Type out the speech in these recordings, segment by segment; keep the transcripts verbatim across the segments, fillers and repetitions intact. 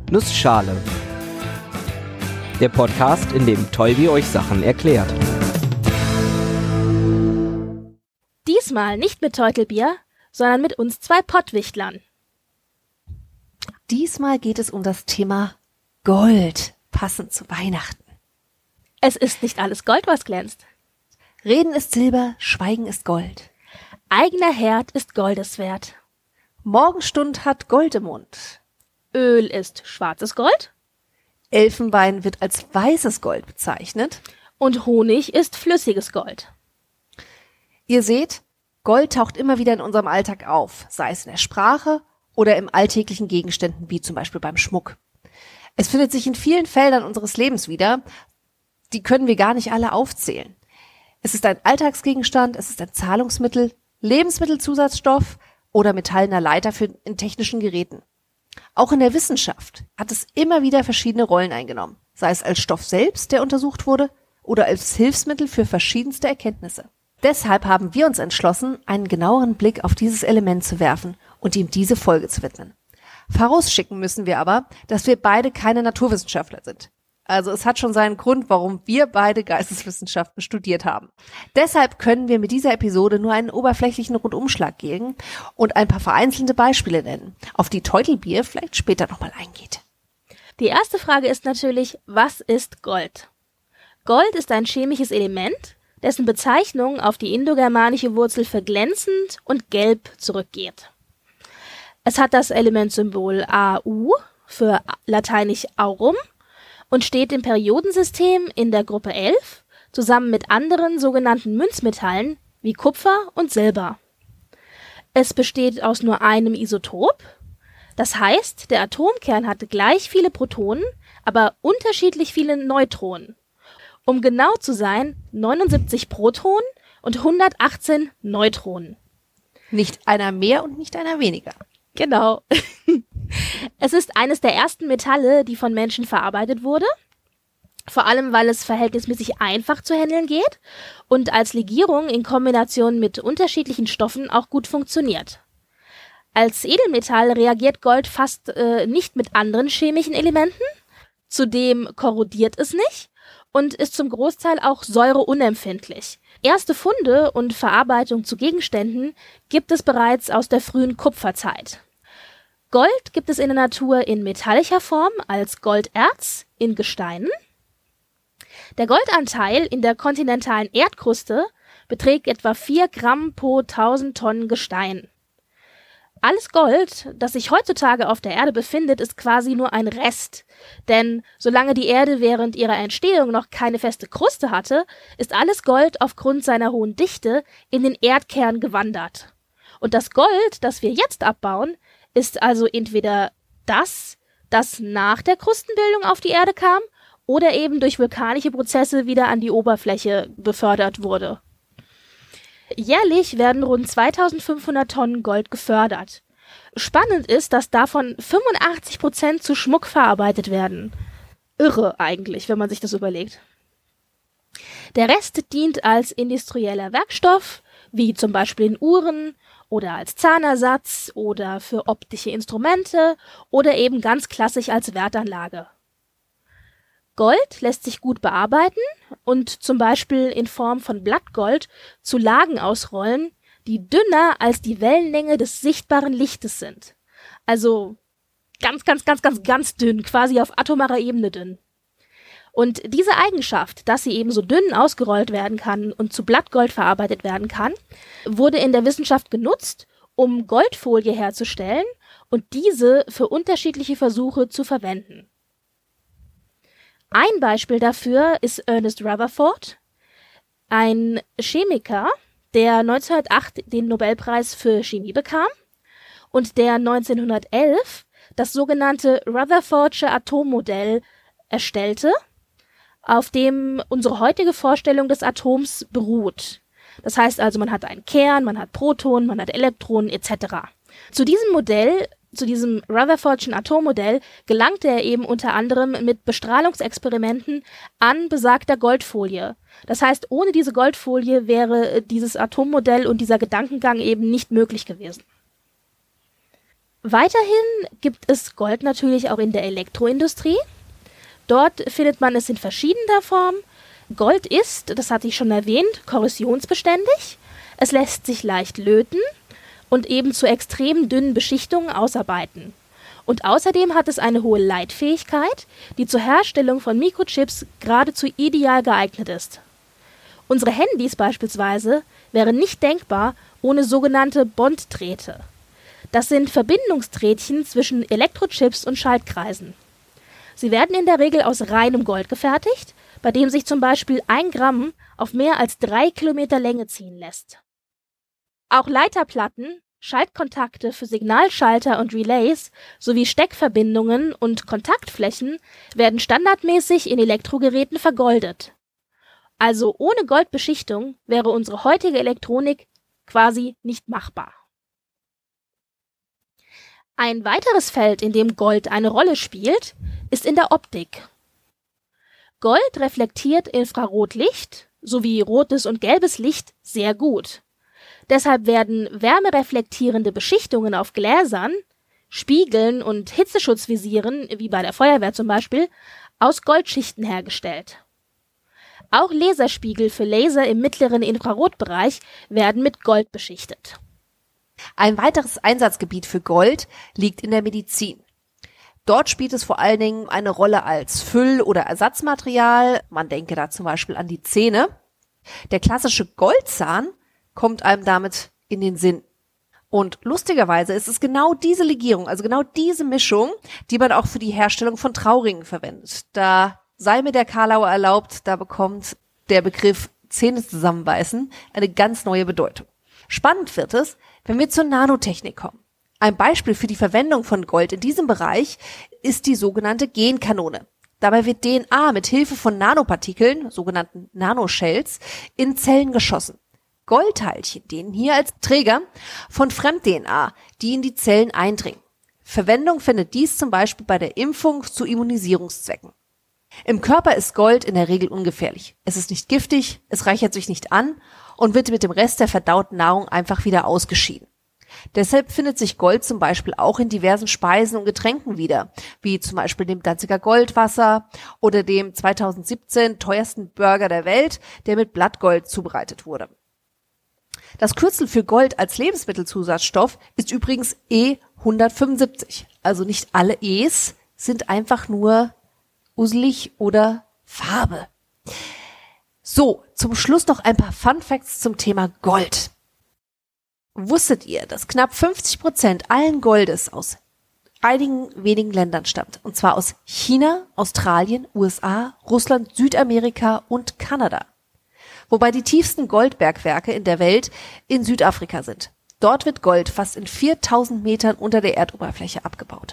Nussschale. Der Podcast, in dem Tolbi euch Sachen erklärt. Diesmal nicht mit Teutelbier, sondern mit uns zwei Pottwichtlern. Diesmal geht es um das Thema Gold, passend zu Weihnachten. Es ist nicht alles Gold, was glänzt. Reden ist Silber, Schweigen ist Gold. Eigener Herd ist Goldes wert. Morgenstund hat Gold im Mund. Öl ist schwarzes Gold. Elfenbein wird als weißes Gold bezeichnet. Und Honig ist flüssiges Gold. Ihr seht, Gold taucht immer wieder in unserem Alltag auf, sei es in der Sprache oder im alltäglichen Gegenständen, wie zum Beispiel beim Schmuck. Es findet sich in vielen Feldern unseres Lebens wieder. Die können wir gar nicht alle aufzählen. Es ist ein Alltagsgegenstand, es ist ein Zahlungsmittel, Lebensmittelzusatzstoff oder metallener Leiter für in technischen Geräten. Auch in der Wissenschaft hat es immer wieder verschiedene Rollen eingenommen, sei es als Stoff selbst, der untersucht wurde, oder als Hilfsmittel für verschiedenste Erkenntnisse. Deshalb haben wir uns entschlossen, einen genaueren Blick auf dieses Element zu werfen und ihm diese Folge zu widmen. Vorausschicken müssen wir aber, dass wir beide keine Naturwissenschaftler sind. Also es hat schon seinen Grund, warum wir beide Geisteswissenschaften studiert haben. Deshalb können wir mit dieser Episode nur einen oberflächlichen Rundumschlag geben und ein paar vereinzelte Beispiele nennen, auf die Teutelbier vielleicht später nochmal eingeht. Die erste Frage ist natürlich, was ist Gold? Gold ist ein chemisches Element, dessen Bezeichnung auf die indogermanische Wurzel für glänzend und gelb zurückgeht. Es hat das Elementsymbol A U für lateinisch aurum und steht im Periodensystem in der Gruppe elf zusammen mit anderen sogenannten Münzmetallen wie Kupfer und Silber. Es besteht aus nur einem Isotop, das heißt, der Atomkern hat gleich viele Protonen, aber unterschiedlich viele Neutronen. Um genau zu sein, neunundsiebzig Protonen und hundertachtzehn Neutronen. Nicht einer mehr und nicht einer weniger. Genau. Es ist eines der ersten Metalle, die von Menschen verarbeitet wurde. Vor allem, weil es verhältnismäßig einfach zu handeln geht und als Legierung in Kombination mit unterschiedlichen Stoffen auch gut funktioniert. Als Edelmetall reagiert Gold fast äh, nicht mit anderen chemischen Elementen. Zudem korrodiert es nicht und ist zum Großteil auch säureunempfindlich. Erste Funde und Verarbeitung zu Gegenständen gibt es bereits aus der frühen Kupferzeit. Gold gibt es in der Natur in metallischer Form als Golderz in Gesteinen. Der Goldanteil in der kontinentalen Erdkruste beträgt etwa vier Gramm pro tausend Tonnen Gestein. Alles Gold, das sich heutzutage auf der Erde befindet, ist quasi nur ein Rest. Denn solange die Erde während ihrer Entstehung noch keine feste Kruste hatte, ist alles Gold aufgrund seiner hohen Dichte in den Erdkern gewandert. Und das Gold, das wir jetzt abbauen, ist also entweder das, das nach der Krustenbildung auf die Erde kam, oder eben durch vulkanische Prozesse wieder an die Oberfläche befördert wurde. Jährlich werden rund zweitausendfünfhundert Tonnen Gold gefördert. Spannend ist, dass davon fünfundachtzig Prozent zu Schmuck verarbeitet werden. Irre eigentlich, wenn man sich das überlegt. Der Rest dient als industrieller Werkstoff, wie zum Beispiel in Uhren oder als Zahnersatz oder für optische Instrumente oder eben ganz klassisch als Wertanlage. Gold lässt sich gut bearbeiten und zum Beispiel in Form von Blattgold zu Lagen ausrollen, die dünner als die Wellenlänge des sichtbaren Lichtes sind. Also ganz, ganz, ganz, ganz, ganz dünn, quasi auf atomarer Ebene dünn. Und diese Eigenschaft, dass sie eben so dünn ausgerollt werden kann und zu Blattgold verarbeitet werden kann, wurde in der Wissenschaft genutzt, um Goldfolie herzustellen und diese für unterschiedliche Versuche zu verwenden. Ein Beispiel dafür ist Ernest Rutherford, ein Chemiker, der neunzehnhundertacht den Nobelpreis für Chemie bekam und der neunzehnhundertelf das sogenannte Rutherfordsche Atommodell erstellte, auf dem unsere heutige Vorstellung des Atoms beruht. Das heißt also, man hat einen Kern, man hat Protonen, man hat Elektronen et cetera. Zu diesem Modell, zu diesem Rutherfordschen Atommodell, gelangte er eben unter anderem mit Bestrahlungsexperimenten an besagter Goldfolie. Das heißt, ohne diese Goldfolie wäre dieses Atommodell und dieser Gedankengang eben nicht möglich gewesen. Weiterhin gibt es Gold natürlich auch in der Elektroindustrie. Dort findet man es in verschiedener Form. Gold ist, das hatte ich schon erwähnt, korrosionsbeständig. Es lässt sich leicht löten und eben zu extrem dünnen Beschichtungen ausarbeiten. Und außerdem hat es eine hohe Leitfähigkeit, die zur Herstellung von Mikrochips geradezu ideal geeignet ist. Unsere Handys beispielsweise wären nicht denkbar ohne sogenannte Bonddrähte. Das sind Verbindungsdrähtchen zwischen Elektrochips und Schaltkreisen. Sie werden in der Regel aus reinem Gold gefertigt, bei dem sich zum Beispiel ein Gramm auf mehr als drei Kilometer Länge ziehen lässt. Auch Leiterplatten, Schaltkontakte für Signalschalter und Relays sowie Steckverbindungen und Kontaktflächen werden standardmäßig in Elektrogeräten vergoldet. Also ohne Goldbeschichtung wäre unsere heutige Elektronik quasi nicht machbar. Ein weiteres Feld, in dem Gold eine Rolle spielt, ist in der Optik. Gold reflektiert Infrarotlicht sowie rotes und gelbes Licht sehr gut. Deshalb werden wärmereflektierende Beschichtungen auf Gläsern, Spiegeln und Hitzeschutzvisieren, wie bei der Feuerwehr zum Beispiel, aus Goldschichten hergestellt. Auch Laserspiegel für Laser im mittleren Infrarotbereich werden mit Gold beschichtet. Ein weiteres Einsatzgebiet für Gold liegt in der Medizin. Dort spielt es vor allen Dingen eine Rolle als Füll- oder Ersatzmaterial. Man denke da zum Beispiel an die Zähne. Der klassische Goldzahn kommt einem damit in den Sinn. Und lustigerweise ist es genau diese Legierung, also genau diese Mischung, die man auch für die Herstellung von Trauringen verwendet. Da sei mir der Karlauer erlaubt, da bekommt der Begriff Zähne zusammenbeißen eine ganz neue Bedeutung. Spannend wird es, wenn wir zur Nanotechnik kommen. Ein Beispiel für die Verwendung von Gold in diesem Bereich ist die sogenannte Genkanone. Dabei wird D N A mit Hilfe von Nanopartikeln, sogenannten Nanoshells, in Zellen geschossen. Goldteilchen dienen hier als Träger von Fremd-D N A, die in die Zellen eindringen. Verwendung findet dies zum Beispiel bei der Impfung zu Immunisierungszwecken. Im Körper ist Gold in der Regel ungefährlich. Es ist nicht giftig, es reichert sich nicht an und wird mit dem Rest der verdauten Nahrung einfach wieder ausgeschieden. Deshalb findet sich Gold zum Beispiel auch in diversen Speisen und Getränken wieder, wie zum Beispiel dem Danziger Goldwasser oder dem zweitausendsiebzehn teuersten Burger der Welt, der mit Blattgold zubereitet wurde. Das Kürzel für Gold als Lebensmittelzusatzstoff ist übrigens E hundertfünfundsiebzig. Also nicht alle E's sind einfach nur uselig oder Farbe. So, zum Schluss noch ein paar Fun Facts zum Thema Gold. Wusstet ihr, dass knapp fünfzig Prozent allen Goldes aus einigen wenigen Ländern stammt? Und zwar aus China, Australien, U S A, Russland, Südamerika und Kanada. Wobei die tiefsten Goldbergwerke in der Welt in Südafrika sind. Dort wird Gold fast in viertausend Metern unter der Erdoberfläche abgebaut.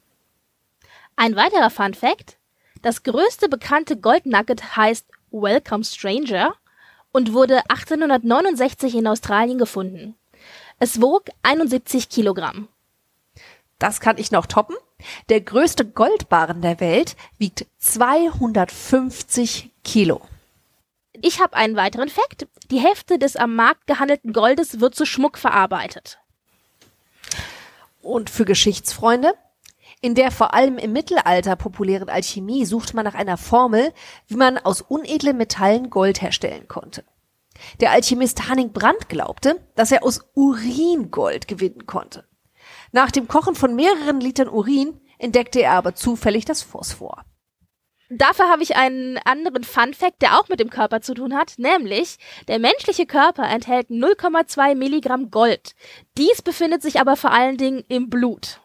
Ein weiterer Fun Fact: Das größte bekannte Goldnugget heißt Welcome Stranger und wurde achtzehnhundertneunundsechzig in Australien gefunden. Es wog einundsiebzig Kilogramm. Das kann ich noch toppen. Der größte Goldbarren der Welt wiegt zweihundertfünfzig Kilo. Ich habe einen weiteren Fakt. Die Hälfte des am Markt gehandelten Goldes wird zu Schmuck verarbeitet. Und für Geschichtsfreunde? In der vor allem im Mittelalter populären Alchemie sucht man nach einer Formel, wie man aus unedlen Metallen Gold herstellen konnte. Der Alchemist Henning Brandt glaubte, dass er aus Urin Gold gewinnen konnte. Nach dem Kochen von mehreren Litern Urin entdeckte er aber zufällig das Phosphor. Dafür habe ich einen anderen Funfact, der auch mit dem Körper zu tun hat, nämlich der menschliche Körper enthält null Komma zwei Milligramm Gold. Dies befindet sich aber vor allen Dingen im Blut.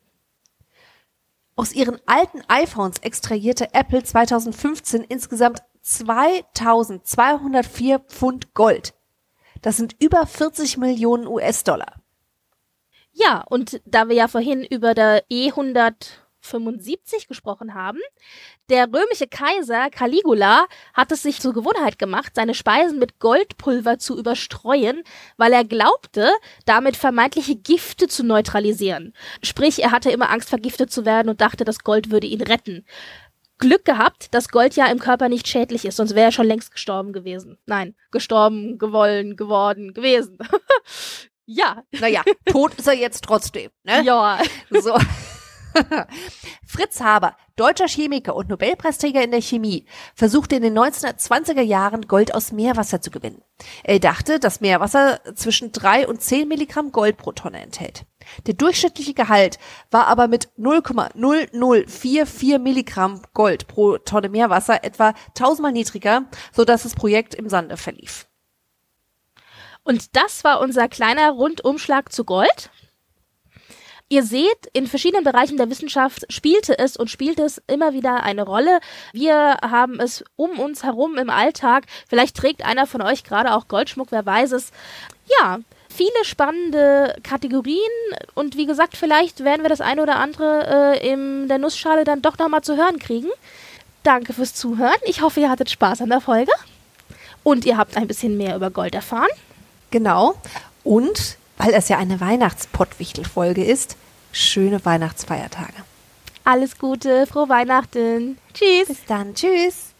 Aus ihren alten iPhones extrahierte Apple zweitausendfünfzehn insgesamt zweitausendzweihundertvier Pfund Gold. Das sind über vierzig Millionen U S-Dollar. Ja, und da wir ja vorhin über der E hundertfünfundsiebzig gesprochen haben, der römische Kaiser Caligula hat es sich zur Gewohnheit gemacht, seine Speisen mit Goldpulver zu überstreuen, weil er glaubte, damit vermeintliche Gifte zu neutralisieren. Sprich, er hatte immer Angst, vergiftet zu werden und dachte, das Gold würde ihn retten. Glück gehabt, dass Gold ja im Körper nicht schädlich ist, sonst wäre er schon längst gestorben gewesen. Nein, gestorben, gewollen, geworden, gewesen. Ja. Naja, tot ist er jetzt trotzdem, ne? Ja. So. Fritz Haber, deutscher Chemiker und Nobelpreisträger in der Chemie, versuchte in den neunzehnhundertzwanziger Jahren Gold aus Meerwasser zu gewinnen. Er dachte, dass Meerwasser zwischen drei und zehn Milligramm Gold pro Tonne enthält. Der durchschnittliche Gehalt war aber mit null Komma null null vier vier Milligramm Gold pro Tonne Meerwasser etwa tausendmal niedriger, sodass das Projekt im Sande verlief. Und das war unser kleiner Rundumschlag zu Gold. Ihr seht, in verschiedenen Bereichen der Wissenschaft spielte es und spielt es immer wieder eine Rolle. Wir haben es um uns herum im Alltag. Vielleicht trägt einer von euch gerade auch Goldschmuck, wer weiß es. Ja, viele spannende Kategorien und wie gesagt, vielleicht werden wir das eine oder andere äh, in der Nussschale dann doch nochmal zu hören kriegen. Danke fürs Zuhören. Ich hoffe, ihr hattet Spaß an der Folge und ihr habt ein bisschen mehr über Gold erfahren. Genau. Und weil es ja eine Weihnachtspottwichtel-Folge ist, schöne Weihnachtsfeiertage. Alles Gute, frohe Weihnachten. Tschüss. Bis dann. Tschüss.